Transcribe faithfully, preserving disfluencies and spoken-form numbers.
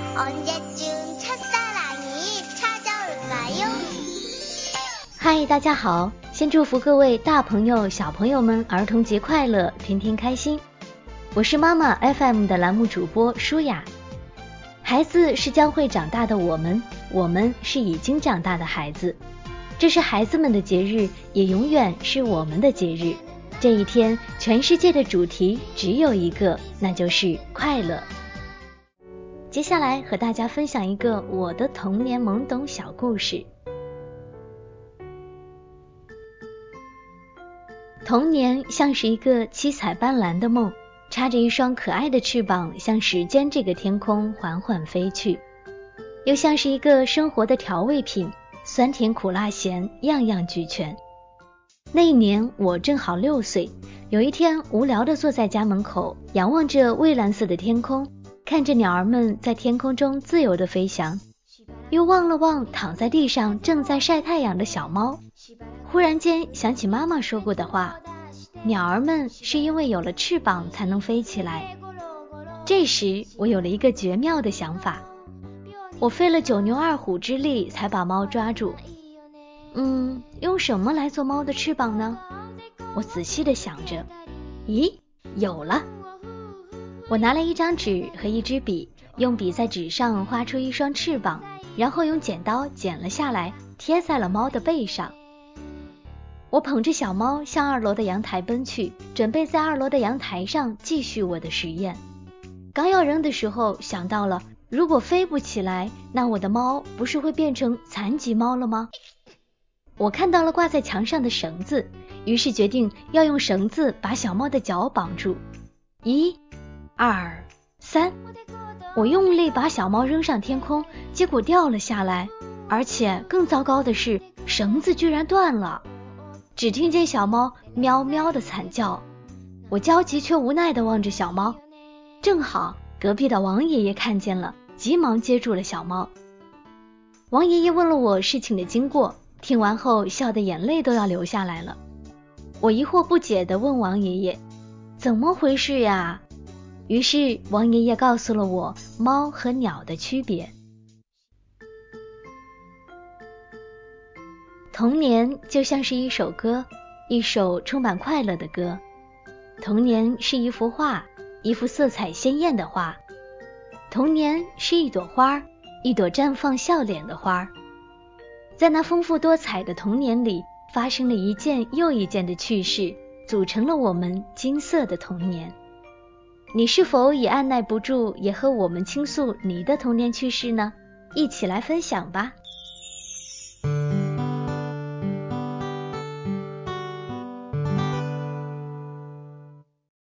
언제쯤 첫사랑이 찾아올까요? 嗨，大家好，先祝福各位大朋友、小朋友们儿童节快乐，天天开心。我是妈妈 F M 的栏目主播舒雅。孩子是将会长大的我们，我们是已经长大的孩子。这是孩子们的节日，也永远是我们的节日。这一天，全世界的主题只有一个，那就是快乐。接下来和大家分享一个我的童年懵懂小故事。童年像是一个七彩斑斓的梦，插着一双可爱的翅膀，向时间这个天空缓缓飞去，又像是一个生活的调味品，酸甜苦辣咸样样俱全。那一年我正好六岁，有一天无聊地坐在家门口，仰望着蔚蓝色的天空，看着鸟儿们在天空中自由地飞翔，又望了望躺在地上正在晒太阳的小猫，忽然间想起妈妈说过的话，鸟儿们是因为有了翅膀才能飞起来。这时我有了一个绝妙的想法，我费了九牛二虎之力才把猫抓住。嗯，用什么来做猫的翅膀呢？我仔细地想着，咦，有了！我拿了一张纸和一支笔，用笔在纸上画出一双翅膀，然后用剪刀剪了下来，贴在了猫的背上。我捧着小猫向二楼的阳台奔去，准备在二楼的阳台上继续我的实验。刚要扔的时候，想到了，如果飞不起来，那我的猫不是会变成残疾猫了吗？我看到了挂在墙上的绳子，于是决定要用绳子把小猫的脚绑住。一、二、三，我用力把小猫扔上天空，结果掉了下来，而且更糟糕的是，绳子居然断了。只听见小猫喵喵的惨叫，我焦急却无奈地望着小猫，正好隔壁的王爷爷看见了，急忙接住了小猫。王爷爷问了我事情的经过，听完后笑得眼泪都要流下来了。我疑惑不解地问王爷爷，怎么回事呀？于是王爷爷告诉了我猫和鸟的区别。童年就像是一首歌，一首充满快乐的歌。童年是一幅画，一幅色彩鲜艳的画。童年是一朵花，一朵绽放笑脸的花。在那丰富多彩的童年里，发生了一件又一件的趣事，组成了我们金色的童年。你是否也按耐不住，也和我们倾诉你的童年趣事呢？一起来分享吧。